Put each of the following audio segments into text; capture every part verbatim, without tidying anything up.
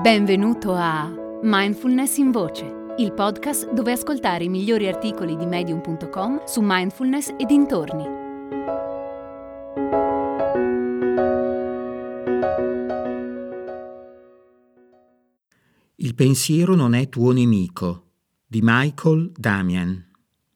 Benvenuto a Mindfulness in Voce, il podcast dove ascoltare i migliori articoli di medium punto com su mindfulness e dintorni. Il pensiero non è tuo nemico, di Michael Damian.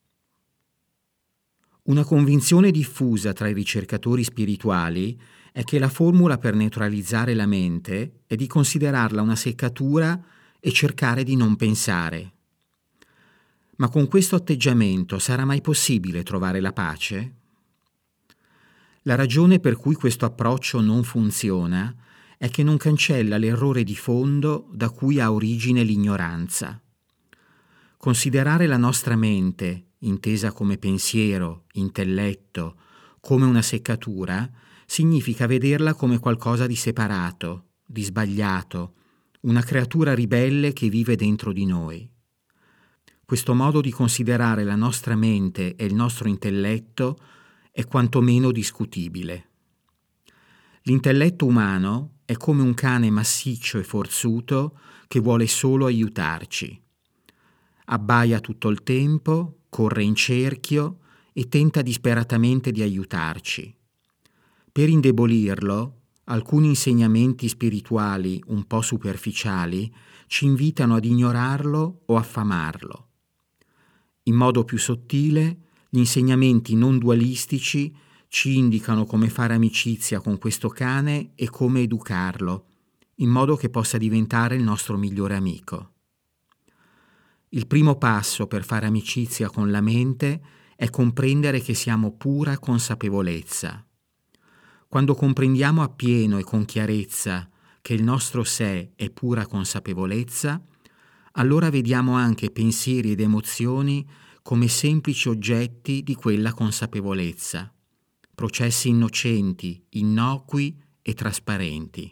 Una convinzione diffusa tra i ricercatori spirituali è che la formula per neutralizzare la mente è di considerarla una seccatura e cercare di non pensare. Ma con questo atteggiamento sarà mai possibile trovare la pace? La ragione per cui questo approccio non funziona è che non cancella l'errore di fondo da cui ha origine l'ignoranza. Considerare la nostra mente, intesa come pensiero, intelletto, come una seccatura, significa vederla come qualcosa di separato, di sbagliato, una creatura ribelle che vive dentro di noi. Questo modo di considerare la nostra mente e il nostro intelletto è quantomeno discutibile. L'intelletto umano è come un cane massiccio e forzuto che vuole solo aiutarci. Abbaia tutto il tempo, corre in cerchio e tenta disperatamente di aiutarci. Per indebolirlo, alcuni insegnamenti spirituali un po' superficiali ci invitano ad ignorarlo o affamarlo. In modo più sottile, gli insegnamenti non dualistici ci indicano come fare amicizia con questo cane e come educarlo, in modo che possa diventare il nostro migliore amico. Il primo passo per fare amicizia con la mente è comprendere che siamo pura consapevolezza. Quando comprendiamo appieno e con chiarezza che il nostro sé è pura consapevolezza, allora vediamo anche pensieri ed emozioni come semplici oggetti di quella consapevolezza, processi innocenti, innocui e trasparenti.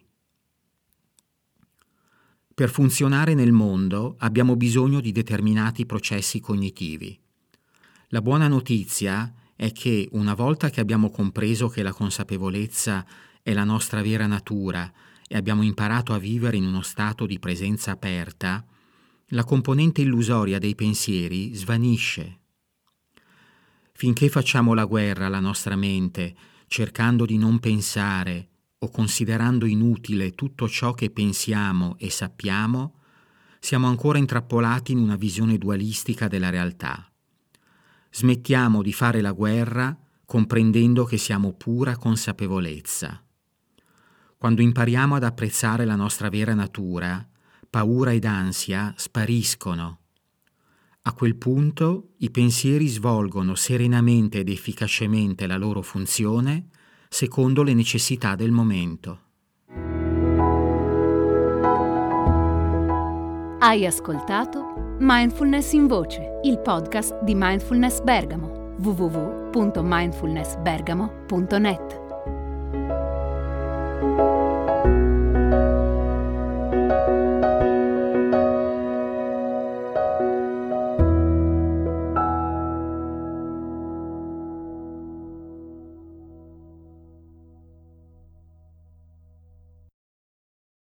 Per funzionare nel mondo abbiamo bisogno di determinati processi cognitivi. La buona notizia è che una volta che abbiamo compreso che la consapevolezza è la nostra vera natura e abbiamo imparato a vivere in uno stato di presenza aperta, la componente illusoria dei pensieri svanisce. Finché facciamo la guerra alla nostra mente, cercando di non pensare o considerando inutile tutto ciò che pensiamo e sappiamo, siamo ancora intrappolati in una visione dualistica della realtà. Smettiamo di fare la guerra comprendendo che siamo pura consapevolezza. Quando impariamo ad apprezzare la nostra vera natura, paura ed ansia spariscono. A quel punto i pensieri svolgono serenamente ed efficacemente la loro funzione secondo le necessità del momento. Hai ascoltato Mindfulness in Voce, il podcast di Mindfulness Bergamo, w w w punto mindfulness bergamo punto net.